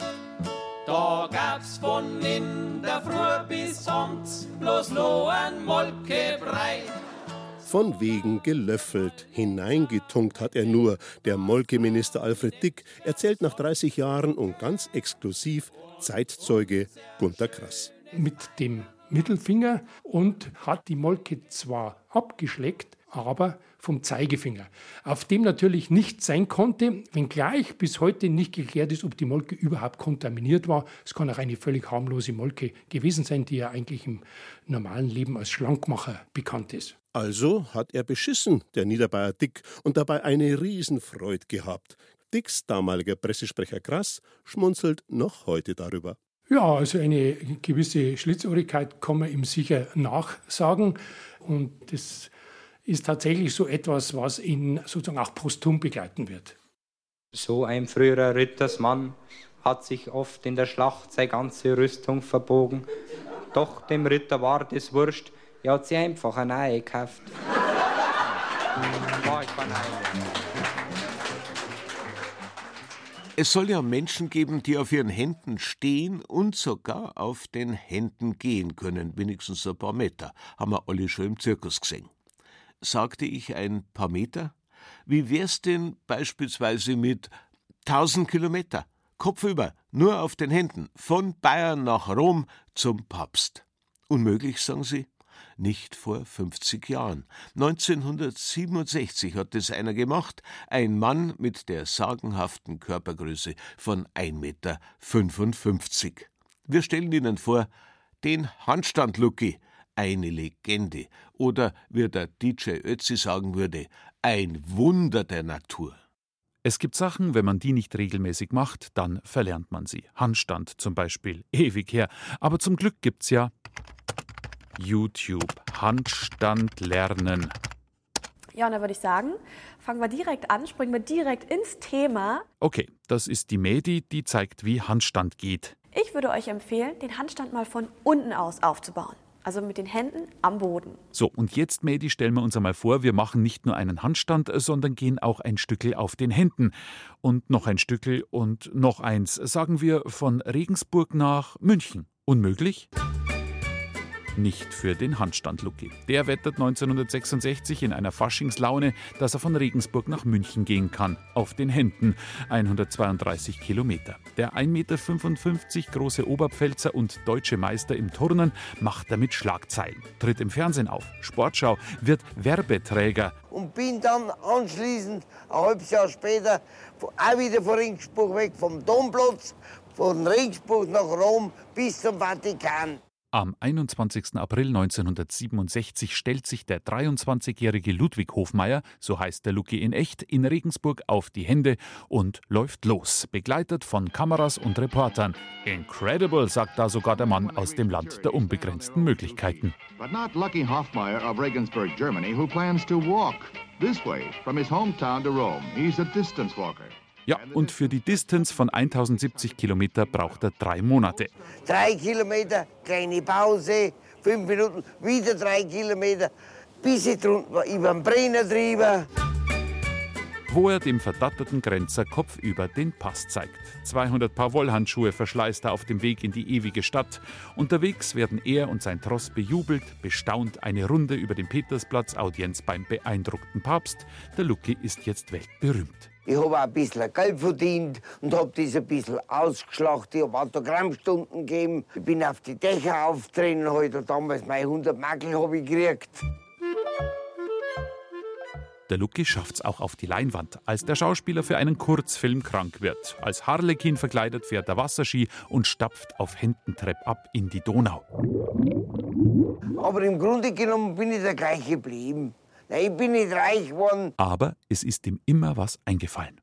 Da gab's von in der Früh bis abends bloß noch ein Molkebrei. Von wegen gelöffelt, hineingetunkt hat er nur. Der Molkeminister Alfred Dick erzählt nach 30 Jahren und ganz exklusiv Zeitzeuge Gunter Grass. Mit dem Mittelfinger und hat die Molke zwar abgeschleckt, aber vom Zeigefinger, auf dem natürlich nicht sein konnte, wenngleich bis heute nicht geklärt ist, ob die Molke überhaupt kontaminiert war. Es kann auch eine völlig harmlose Molke gewesen sein, die ja eigentlich im normalen Leben als Schlankmacher bekannt ist. Also hat er beschissen, der Niederbayer Dick, und dabei eine Riesenfreude gehabt. Dicks damaliger Pressesprecher Grass schmunzelt noch heute darüber. Ja, also eine gewisse Schlitzohrigkeit kann man ihm sicher nachsagen. Und das ist tatsächlich so etwas, was ihn sozusagen auch posthum begleiten wird. So ein früherer Rittersmann hat sich oft in der Schlacht seine ganze Rüstung verbogen. Doch dem Ritter war das wurscht, er hat sich einfach eine neue gekauft. Es soll ja Menschen geben, die auf ihren Händen stehen und sogar auf den Händen gehen können, wenigstens ein paar Meter, haben wir alle schon im Zirkus gesehen. Sagte ich ein paar Meter? Wie wär's denn beispielsweise mit 1000 Kilometer, kopfüber, nur auf den Händen, von Bayern nach Rom zum Papst? Unmöglich, sagen Sie? Nicht vor 50 Jahren. 1967 hat es einer gemacht, ein Mann mit der sagenhaften Körpergröße von 1,55 Meter. Wir stellen Ihnen vor, den Handstand-Lucky, eine Legende. Oder, wie der DJ Ötzi sagen würde, ein Wunder der Natur. Es gibt Sachen, wenn man die nicht regelmäßig macht, dann verlernt man sie. Handstand zum Beispiel, ewig her. Aber zum Glück gibt's ja YouTube, Handstand lernen. Ja, und dann würde ich sagen, fangen wir direkt an, springen wir direkt ins Thema. Okay, das ist die Medi, die zeigt, wie Handstand geht. Ich würde euch empfehlen, den Handstand mal von unten aus aufzubauen. Also mit den Händen am Boden. So, und jetzt, Medi, stellen wir uns einmal vor, wir machen nicht nur einen Handstand, sondern gehen auch ein Stückel auf den Händen. Und noch ein Stückel und noch eins. Sagen wir von Regensburg nach München. Unmöglich? Nicht für den Handstand-Lucky. Der wettert 1966 in einer Faschingslaune, dass er von Regensburg nach München gehen kann. Auf den Händen. 132 Kilometer. Der 1,55 Meter große Oberpfälzer und deutsche Meister im Turnen macht damit Schlagzeilen. Tritt im Fernsehen auf. Sportschau, wird Werbeträger. Und bin dann anschließend, ein halbes Jahr später, auch wieder von Regensburg weg, vom Domplatz, von Regensburg nach Rom bis zum Vatikan. Am 21. April 1967 stellt sich der 23-jährige Ludwig Hofmeier, so heißt der Lucky in echt, in Regensburg auf die Hände und läuft los, begleitet von Kameras und Reportern. Incredible, sagt da sogar der Mann aus dem Land der unbegrenzten Möglichkeiten. But not Lucky Hofmeier of Regensburg, Germany, who plans to walk this way from his hometown to Rome. He's a distance walker. Ja, und für die Distance von 1070 Kilometer braucht er 3 Monate. 3 Kilometer, kleine Pause, 5 Minuten, wieder 3 Kilometer, bis ich drunten war, über den Brenner drüber. wo er dem verdatterten Grenzer kopfüber den Pass zeigt. 200 Paar Wollhandschuhe verschleißt er auf dem Weg in die ewige Stadt. Unterwegs werden er und sein Tross bejubelt, bestaunt, eine Runde über den Petersplatz, Audienz beim beeindruckten Papst. Der Lucki ist jetzt weltberühmt. Ich habe auch ein bisschen Geld verdient und habe das ein bisschen ausgeschlachtet. Ich habe Autogrammstunden gegeben. Ich bin auf die Dächer aufgetreten heute. Damals meine 100 Makel habe ich gekriegt. Der Lucki schafft's auch auf die Leinwand, als der Schauspieler für einen Kurzfilm krank wird. Als Harlekin verkleidet fährt er Wasserski und stapft auf Händentrepp ab in die Donau. Aber im Grunde genommen bin ich der gleiche geblieben. Ich bin nicht reich geworden. Aber es ist ihm immer was eingefallen.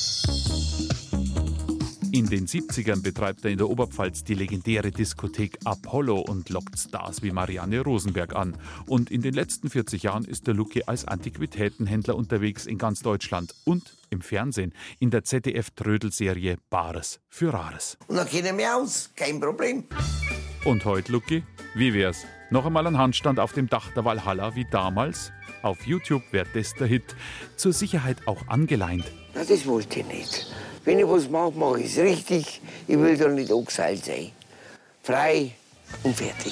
In den 70ern betreibt er in der Oberpfalz die legendäre Diskothek Apollo und lockt Stars wie Marianne Rosenberg an. Und in den letzten 40 Jahren ist der Lucki als Antiquitätenhändler unterwegs in ganz Deutschland und im Fernsehen in der ZDF-Trödelserie Bares für Rares. Und dann kenne ich mich aus, kein Problem. Und heute, Lucki, wie wär's? Noch einmal ein Handstand auf dem Dach der Walhalla wie damals? Auf YouTube wäre das der Hit. Zur Sicherheit auch angeleint. Na, das wollte ich nicht. Wenn ich was mache, mache ich es richtig. Ich will da nicht angeseilt sein. Frei und fertig.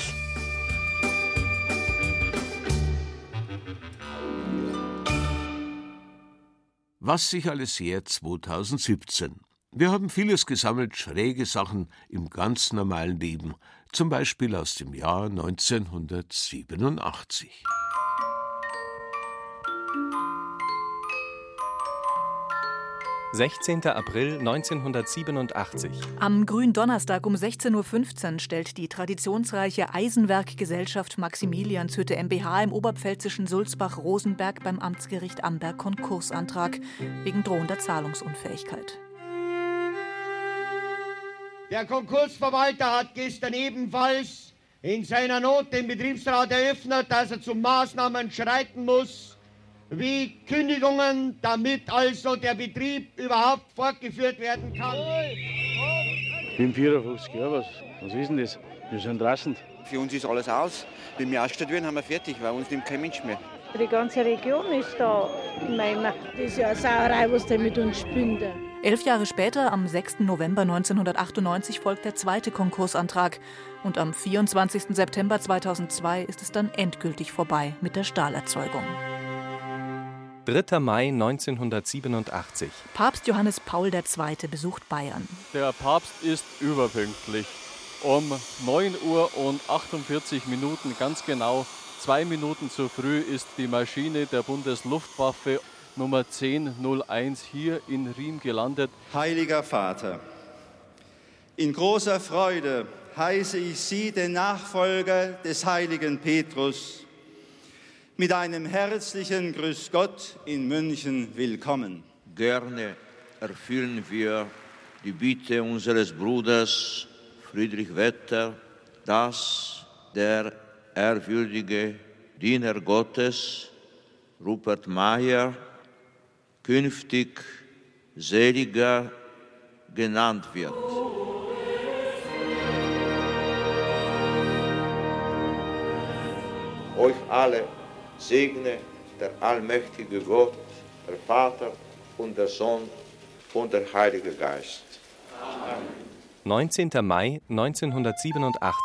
Was sich alles jährt 2017. Wir haben vieles gesammelt, schräge Sachen im ganz normalen Leben. Zum Beispiel aus dem Jahr 1987. »16. April 1987. Am Gründonnerstag um 16.15 Uhr stellt die traditionsreiche Eisenwerkgesellschaft Maximilianshütte mbH im oberpfälzischen Sulzbach-Rosenberg beim Amtsgericht Amberg Konkursantrag wegen drohender Zahlungsunfähigkeit. Der Konkursverwalter hat gestern ebenfalls in seiner Not dem Betriebsrat eröffnet, dass er zu Maßnahmen schreiten muss, wie Kündigungen, damit also der Betrieb überhaupt fortgeführt werden kann. Ich bin 54 Jahre, was ist denn das? Wir sind rasend. Für uns ist alles aus. Wenn wir ausgestellt werden, haben wir fertig, weil uns nimmt kein Mensch mehr. Die ganze Region ist da im Eimer. Das ist ja eine Sauerei, was der mit uns spinnt. 11 Jahre später, am 6. November 1998, folgt der zweite Konkursantrag. Und am 24. September 2002 ist es dann endgültig vorbei mit der Stahlerzeugung. 3. Mai 1987. Papst Johannes Paul II. Besucht Bayern. Der Papst ist überpünktlich. Um 9 Uhr und 48 Minuten, ganz genau 2 Minuten zu früh, ist die Maschine der Bundesluftwaffe Nummer 1001 hier in Riem gelandet. Heiliger Vater, in großer Freude heiße ich Sie, den Nachfolger des heiligen Petrus, mit einem herzlichen Grüß Gott in München willkommen. Gerne erfüllen wir die Bitte unseres Bruders Friedrich Wetter, dass der ehrwürdige Diener Gottes Rupert Mayer künftig Seliger genannt wird. Euch alle segne der allmächtige Gott, der Vater und der Sohn und der Heilige Geist. Amen. 19. Mai 1987.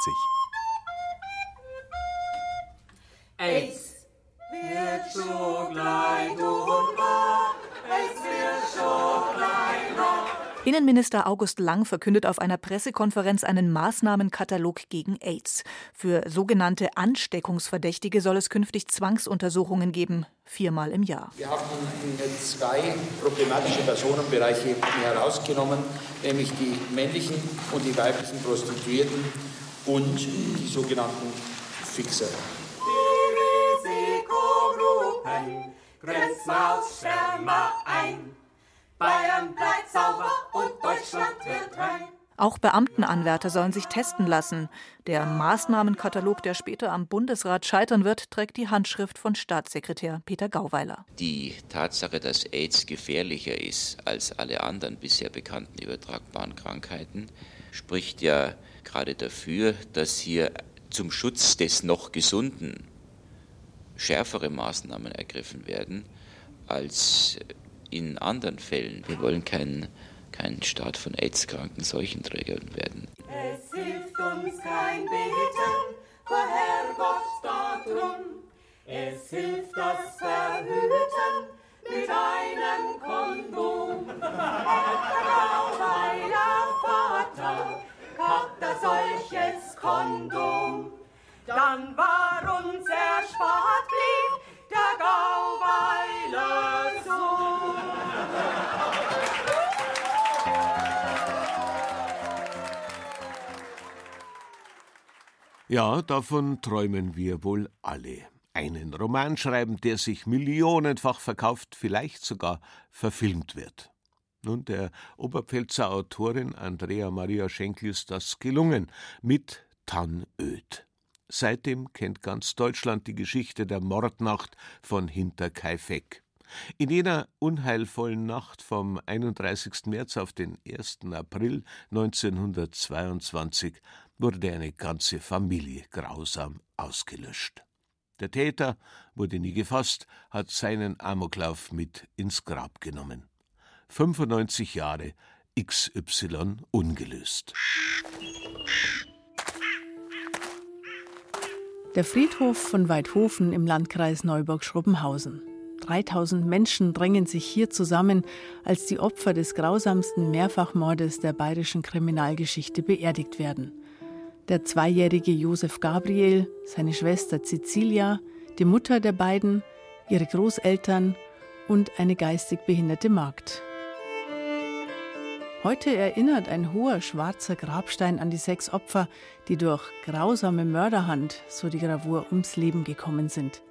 Es wird schon gleich dunkel, es wird schon gleich noch. Innenminister August Lang verkündet auf einer Pressekonferenz einen Maßnahmenkatalog gegen AIDS. Für sogenannte Ansteckungsverdächtige soll es künftig Zwangsuntersuchungen geben, 4-mal im Jahr. Wir haben 2 problematische Personenbereiche herausgenommen, nämlich die männlichen und die weiblichen Prostituierten und die sogenannten Fixer. Die Risikogruppen grenzen wir aus, sperren wir ein. Bayern bleibt sauber und Deutschland wird rein. Auch Beamtenanwärter sollen sich testen lassen. Der Maßnahmenkatalog, der später am Bundesrat scheitern wird, trägt die Handschrift von Staatssekretär Peter Gauweiler. Die Tatsache, dass AIDS gefährlicher ist als alle anderen bisher bekannten übertragbaren Krankheiten, spricht ja gerade dafür, dass hier zum Schutz des noch Gesunden schärfere Maßnahmen ergriffen werden, als in anderen Fällen. Wir wollen kein Staat von AIDS-kranken Seuchenträgern werden. Es hilft uns kein Beten vor Herrgott darum. Es hilft das Verhüten mit einem Kondom. Der Grauweiler Vater kauft ein solches Kondom. Dann war uns erspart blieb der Grauweiler Sohn. Ja, davon träumen wir wohl alle. Einen Roman schreiben, der sich millionenfach verkauft, vielleicht sogar verfilmt wird. Nun, der Oberpfälzer Autorin Andrea Maria Schenkel ist das gelungen, mit Tannöd. Seitdem kennt ganz Deutschland die Geschichte der Mordnacht von Hinterkaifeck. In jener unheilvollen Nacht vom 31. März auf den 1. April 1922 wurde eine ganze Familie grausam ausgelöscht. Der Täter wurde nie gefasst, hat seinen Amoklauf mit ins Grab genommen. 95 Jahre XY ungelöst. Der Friedhof von Waidhofen im Landkreis Neuburg-Schrobenhausen. 3000 Menschen drängen sich hier zusammen, als die Opfer des grausamsten Mehrfachmordes der bayerischen Kriminalgeschichte beerdigt werden. Der 2-jährige Josef Gabriel, seine Schwester Cecilia, die Mutter der beiden, ihre Großeltern und eine geistig behinderte Magd. Heute erinnert ein hoher schwarzer Grabstein an die 6 Opfer, die durch grausame Mörderhand, so die Gravur, ums Leben gekommen sind.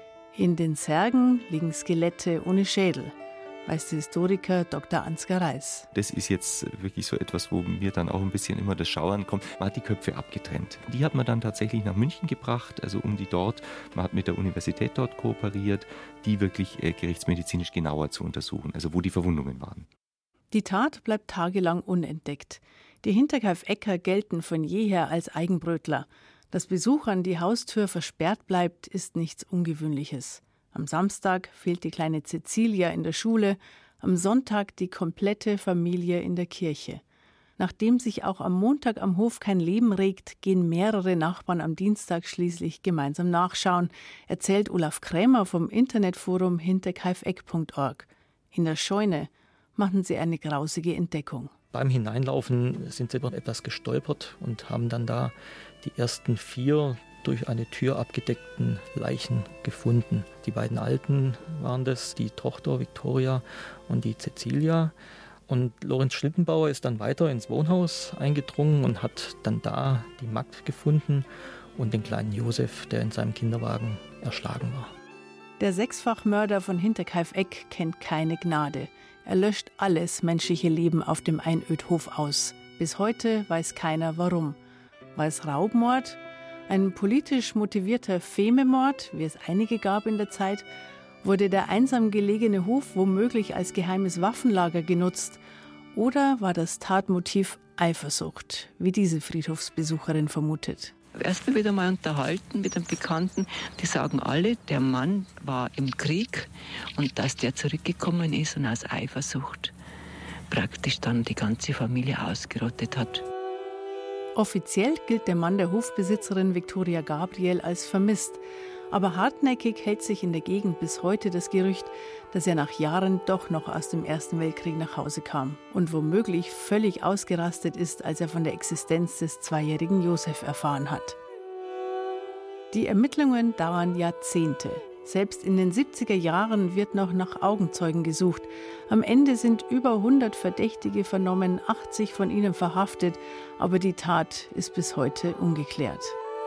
In den Särgen liegen Skelette ohne Schädel, weiß der Historiker Dr. Ansgar Reis. Das ist jetzt wirklich so etwas, wo mir dann auch ein bisschen immer das Schauern kommt. Man hat die Köpfe abgetrennt. Die hat man dann tatsächlich nach München gebracht, also um die dort, man hat mit der Universität dort kooperiert, die wirklich gerichtsmedizinisch genauer zu untersuchen, also wo die Verwundungen waren. Die Tat bleibt tagelang unentdeckt. Die Hinterkaifecker gelten von jeher als Eigenbrötler. Dass Besuchern die Haustür versperrt bleibt, ist nichts Ungewöhnliches. Am Samstag fehlt die kleine Cecilia in der Schule, am Sonntag die komplette Familie in der Kirche. Nachdem sich auch am Montag am Hof kein Leben regt, gehen mehrere Nachbarn am Dienstag schließlich gemeinsam nachschauen, erzählt Olaf Krämer vom Internetforum hinterkaifeck.org. In der Scheune machen sie eine grausige Entdeckung. Beim Hineinlaufen sind sie etwas gestolpert und haben dann da die ersten 4 durch eine Tür abgedeckten Leichen gefunden. Die beiden Alten waren das, die Tochter Victoria und die Cecilia. Und Lorenz Schlittenbauer ist dann weiter ins Wohnhaus eingedrungen und hat dann da die Magd gefunden und den kleinen Josef, der in seinem Kinderwagen erschlagen war. Der 6-fach-Mörder von Hinterkaifeck kennt keine Gnade. Er löscht alles menschliche Leben auf dem Einödhof aus. Bis heute weiß keiner warum. War es Raubmord? Ein politisch motivierter Fememord, wie es einige gab in der Zeit? Wurde der einsam gelegene Hof womöglich als geheimes Waffenlager genutzt? Oder war das Tatmotiv Eifersucht, wie diese Friedhofsbesucherin vermutet? Erst mal wieder mal unterhalten mit einem Bekannten, die sagen alle, der Mann war im Krieg und dass der zurückgekommen ist und aus Eifersucht praktisch dann die ganze Familie ausgerottet hat. Offiziell gilt der Mann der Hofbesitzerin Victoria Gabriel als vermisst. Aber hartnäckig hält sich in der Gegend bis heute das Gerücht, dass er nach Jahren doch noch aus dem Ersten Weltkrieg nach Hause kam und womöglich völlig ausgerastet ist, als er von der Existenz des 2-jährigen Josef erfahren hat. Die Ermittlungen dauern Jahrzehnte. Selbst in den 70er Jahren wird noch nach Augenzeugen gesucht. Am Ende sind über 100 Verdächtige vernommen, 80 von ihnen verhaftet, aber die Tat ist bis heute ungeklärt.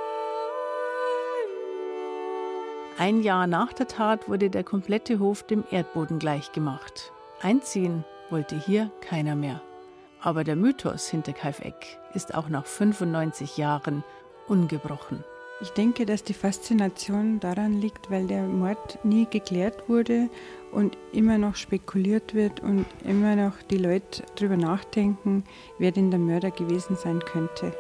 Ein Jahr nach der Tat wurde der komplette Hof dem Erdboden gleichgemacht. Einziehen wollte hier keiner mehr. Aber der Mythos Hinterkaifeck ist auch nach 95 Jahren ungebrochen. Ich denke, dass die Faszination daran liegt, weil der Mord nie geklärt wurde und immer noch spekuliert wird und immer noch die Leute darüber nachdenken, wer denn der Mörder gewesen sein könnte.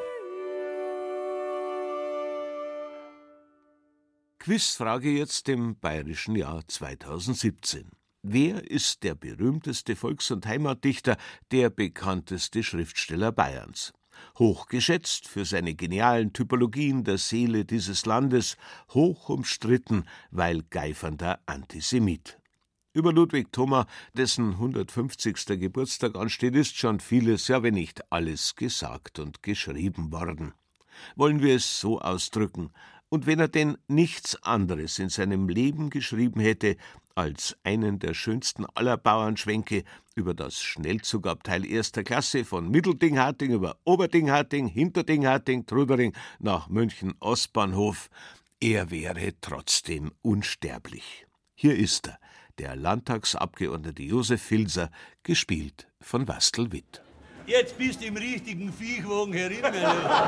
Quizfrage jetzt im bayerischen Jahr 2017. Wer ist der berühmteste Volks- und Heimatdichter, der bekannteste Schriftsteller Bayerns? Hochgeschätzt für seine genialen Typologien der Seele dieses Landes, hoch umstritten, weil geifernder Antisemit. Über Ludwig Thoma, dessen 150. Geburtstag ansteht, ist schon vieles, ja wenn nicht alles gesagt und geschrieben worden. Wollen wir es so ausdrücken? Und wenn er denn nichts anderes in seinem Leben geschrieben hätte, als einen der schönsten aller Bauernschwänke über das Schnellzugabteil erster Klasse von Mitteldingharting über Oberdingharting, Hinterdingharting, Trudering nach München-Ostbahnhof, er wäre trotzdem unsterblich. Hier ist er, der Landtagsabgeordnete Josef Filser, gespielt von Wastl Witt. Jetzt bist du im richtigen Viechwagen herin,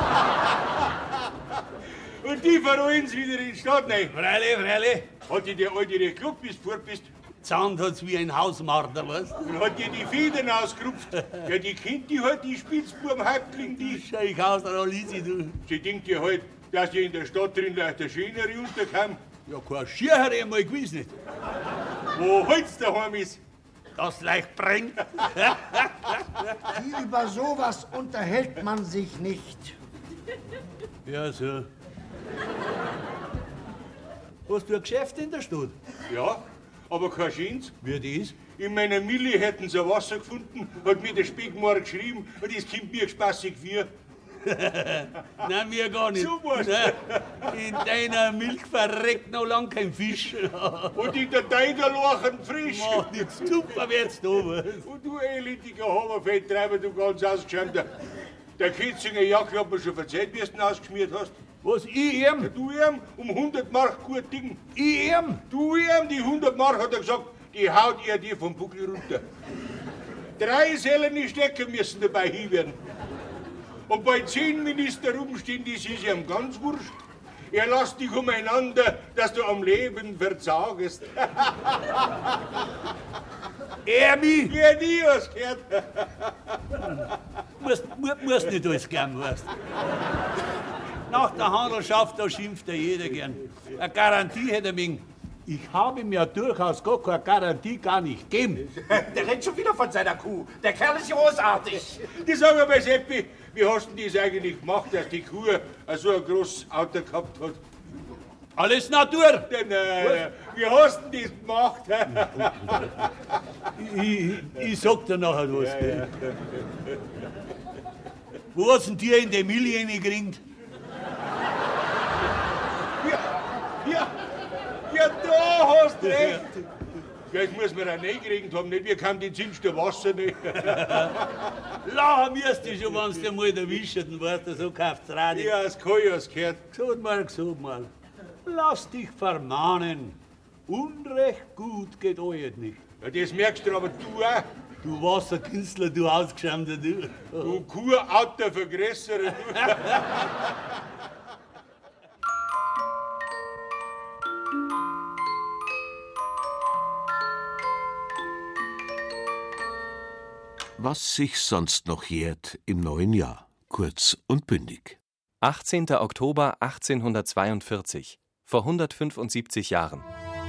und die verrollen's wieder in die Stadt rein. Freilich. Hat dir der Alte nicht geklappt, bis du fort bist? Zahnt hat's wie ein Hausmarder, was? Und hat dir die Federn ausgerupft. Ja, die kennt die halt, die Spitzbubenhäuptling, die. Schau ich aus der Alisi, du. Sie denkt ja halt, dass ihr in der Stadt drin leicht der Schönere unterkam. Ja, kein Schier hat er mal gewiss nicht. Wo holt's daheim ist? Das leicht bringt. Über sowas unterhält man sich nicht. Ja, so. Hast du ein Geschäft in der Stadt? Ja, aber kein schönes. Wie das? In meiner Milli hätten sie Wasser gefunden, hat mir der Speckmauer geschrieben und das kommt mir spaßig vor. Nein, mir gar nicht. So was. In deiner Milch verreckt noch lang kein Fisch. Und in der Deiner lachen frisch. Macht nichts, super wird's da. Und du elendiger Hammerfeldtreiber, du ganz ausgeschämter. Der Kitzinger Jacke hat mir schon erzählt, wie du ihn ausgeschmiert hast. Was, ich ihm? Ja, du ihm um 100 Mark gut Ding. Ich ihm? Du ihm, die 100 Mark hat er gesagt, die haut er dir vom Buckel runter. 3 Sellene Stecker müssen dabei hin werden. Und bei 10 Minister rumstehen, das ist ihm ganz wurscht. Er lässt dich umeinander, dass du am Leben versagest. Er mich? Ja, nie was gehört. Musst nicht alles gern, weißt. Nach der Handelschaft, da schimpft ja jeder gern. Eine Garantie hätte er mir. Ich habe mir durchaus gar keine Garantie gar nicht gegeben. Der rennt schon wieder von seiner Kuh. Der Kerl ist großartig. Die sagen aber, Seppi, wie hast du das eigentlich gemacht, dass die Kuh so ein großes Auto gehabt hat? Alles Natur. Nein, wie hast du das gemacht? ich sag dir nachher was. Ja. Wo hast du dir in die Milli reingekriegt? Ja, da hast du recht. Vielleicht muss man auch reingekriegt haben, nicht? Wir kamen die Zinste Wasser nicht. Lachen müsst du schon, wenn du dir mal erwischt und weißt, so kauft's Radio. Ja, das kann ja das gehört. Gesagt mal. Lass dich vermahnen. Unrecht gut geht euch nicht. Ja, das merkst du aber du auch. Du Wasserkünstler, du Ausgeschämter, du. Du Kuh-Auto-Vergrässerer, du. Was sich sonst noch jährt im neuen Jahr. Kurz und bündig. 18. Oktober 1842, vor 175 Jahren.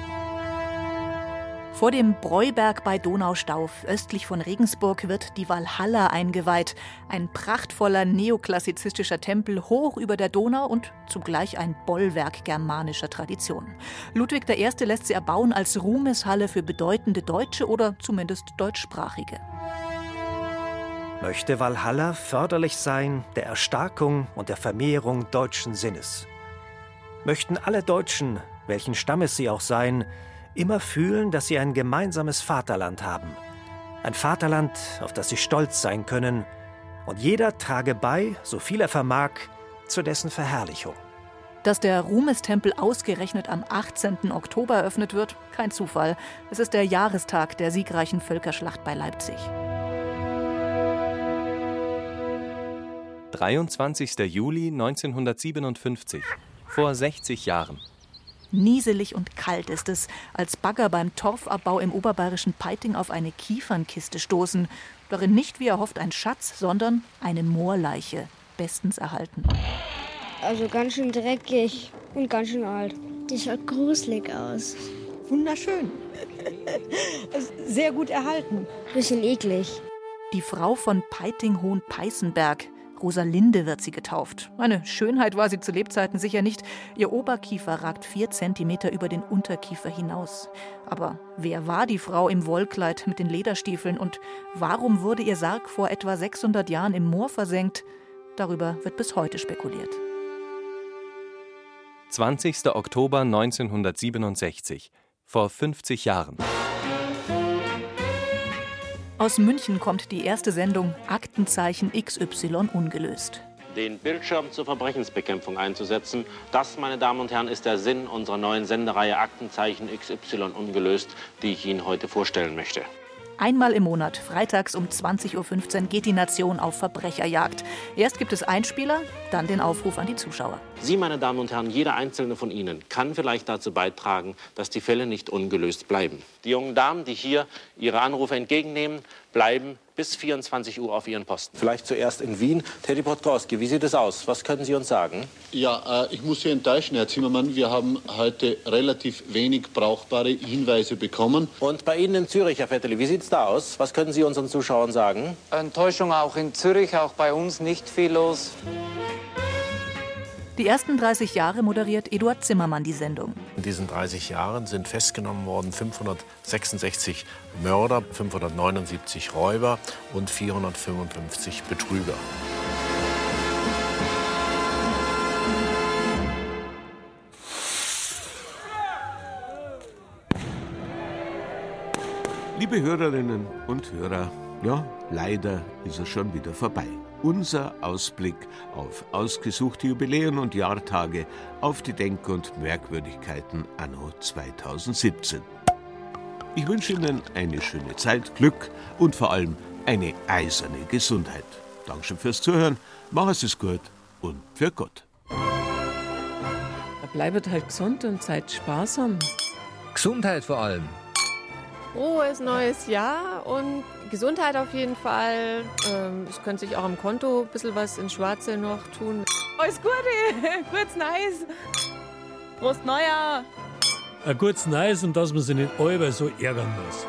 Vor dem Breuberg bei Donaustauf, östlich von Regensburg, wird die Walhalla eingeweiht. Ein prachtvoller neoklassizistischer Tempel hoch über der Donau und zugleich ein Bollwerk germanischer Tradition. Ludwig I. lässt sie erbauen als Ruhmeshalle für bedeutende Deutsche oder zumindest Deutschsprachige. Möchte Walhalla förderlich sein der Erstarkung und der Vermehrung deutschen Sinnes. Möchten alle Deutschen, welchen Stammes sie auch seien, immer fühlen, dass sie ein gemeinsames Vaterland haben. Ein Vaterland, auf das sie stolz sein können. Und jeder trage bei, so viel er vermag, zu dessen Verherrlichung. Dass der Ruhmestempel ausgerechnet am 18. Oktober eröffnet wird, kein Zufall. Es ist der Jahrestag der siegreichen Völkerschlacht bei Leipzig. 23. Juli 1957, vor 60 Jahren. Nieselig und kalt ist es, als Bagger beim Torfabbau im oberbayerischen Peiting auf eine Kiefernkiste stoßen. Darin nicht, wie erhofft, ein Schatz, sondern eine Moorleiche, bestens erhalten. Also ganz schön dreckig und ganz schön alt. Die schaut gruselig aus. Wunderschön. Sehr gut erhalten. Bisschen eklig. Die Frau von Peiting-Hohenpeißenberg. Rosalinde wird sie getauft. Eine Schönheit war sie zu Lebzeiten sicher nicht. Ihr Oberkiefer ragt 4 Zentimeter über den Unterkiefer hinaus. Aber wer war die Frau im Wollkleid mit den Lederstiefeln und warum wurde ihr Sarg vor etwa 600 Jahren im Moor versenkt? Darüber wird bis heute spekuliert. 20. Oktober 1967, vor 50 Jahren. Aus München kommt die erste Sendung Aktenzeichen XY ungelöst. Den Bildschirm zur Verbrechensbekämpfung einzusetzen, das, meine Damen und Herren, ist der Sinn unserer neuen Sendereihe Aktenzeichen XY ungelöst, die ich Ihnen heute vorstellen möchte. Einmal im Monat, freitags um 20.15 Uhr, geht die Nation auf Verbrecherjagd. Erst gibt es Einspieler, dann den Aufruf an die Zuschauer. Sie, meine Damen und Herren, jeder einzelne von Ihnen kann vielleicht dazu beitragen, dass die Fälle nicht ungelöst bleiben. Die jungen Damen, die hier ihre Anrufe entgegennehmen, bleiben bis 24 Uhr auf ihren Posten. Vielleicht zuerst in Wien. Teddy Podgorski, wie sieht es aus? Was können Sie uns sagen? Ja, ich muss Sie enttäuschen, Herr Zimmermann. Wir haben heute relativ wenig brauchbare Hinweise bekommen. Und bei Ihnen in Zürich, Herr Vetterli, wie sieht es da aus? Was können Sie unseren Zuschauern sagen? Enttäuschung auch in Zürich, auch bei uns nicht viel los. Die ersten 30 Jahre moderiert Eduard Zimmermann die Sendung. In diesen 30 Jahren sind festgenommen worden 566 Mörder, 579 Räuber und 455 Betrüger. Liebe Hörerinnen und Hörer, ja, leider ist es schon wieder vorbei. Unser Ausblick auf ausgesuchte Jubiläen und Jahrtage, auf die Denk- und Merkwürdigkeiten anno 2017. Ich wünsche Ihnen eine schöne Zeit, Glück und vor allem eine eiserne Gesundheit. Dankeschön fürs Zuhören, machen Sie es gut und für Gott. Bleibt halt gesund und seid sparsam. Gesundheit vor allem. Frohes neues Jahr und Gesundheit auf jeden Fall. Es könnte sich auch am Konto ein bisschen was ins Schwarze noch tun. Alles Gute, kurz nice. Prost Neujahr. Ein gutes Neues und dass man sich nicht allweil so ärgern muss.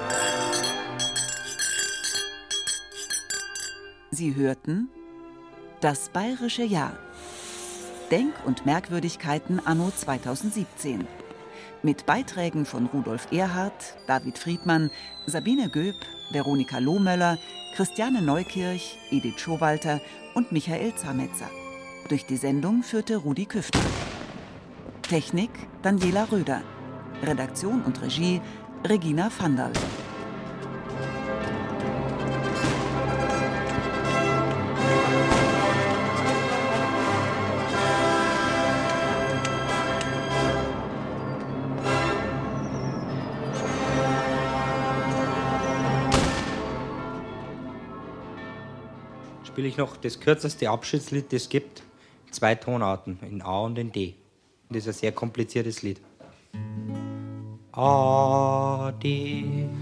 Sie hörten Das bayerische Jahr. Denk- und Merkwürdigkeiten anno 2017. Mit Beiträgen von Rudolf Erhardt, David Friedmann, Sabine Göb, Veronika Lohmöller, Christiane Neukirch, Edith Schowalter und Michael Zametzer. Durch die Sendung führte Rudi Küfter. Technik Daniela Röder. Redaktion und Regie Regina Vandal. Spiele ich noch das kürzeste Abschiedslied, das es gibt. 2 Tonarten, in A und in D. Das ist ein sehr kompliziertes Lied. A, D,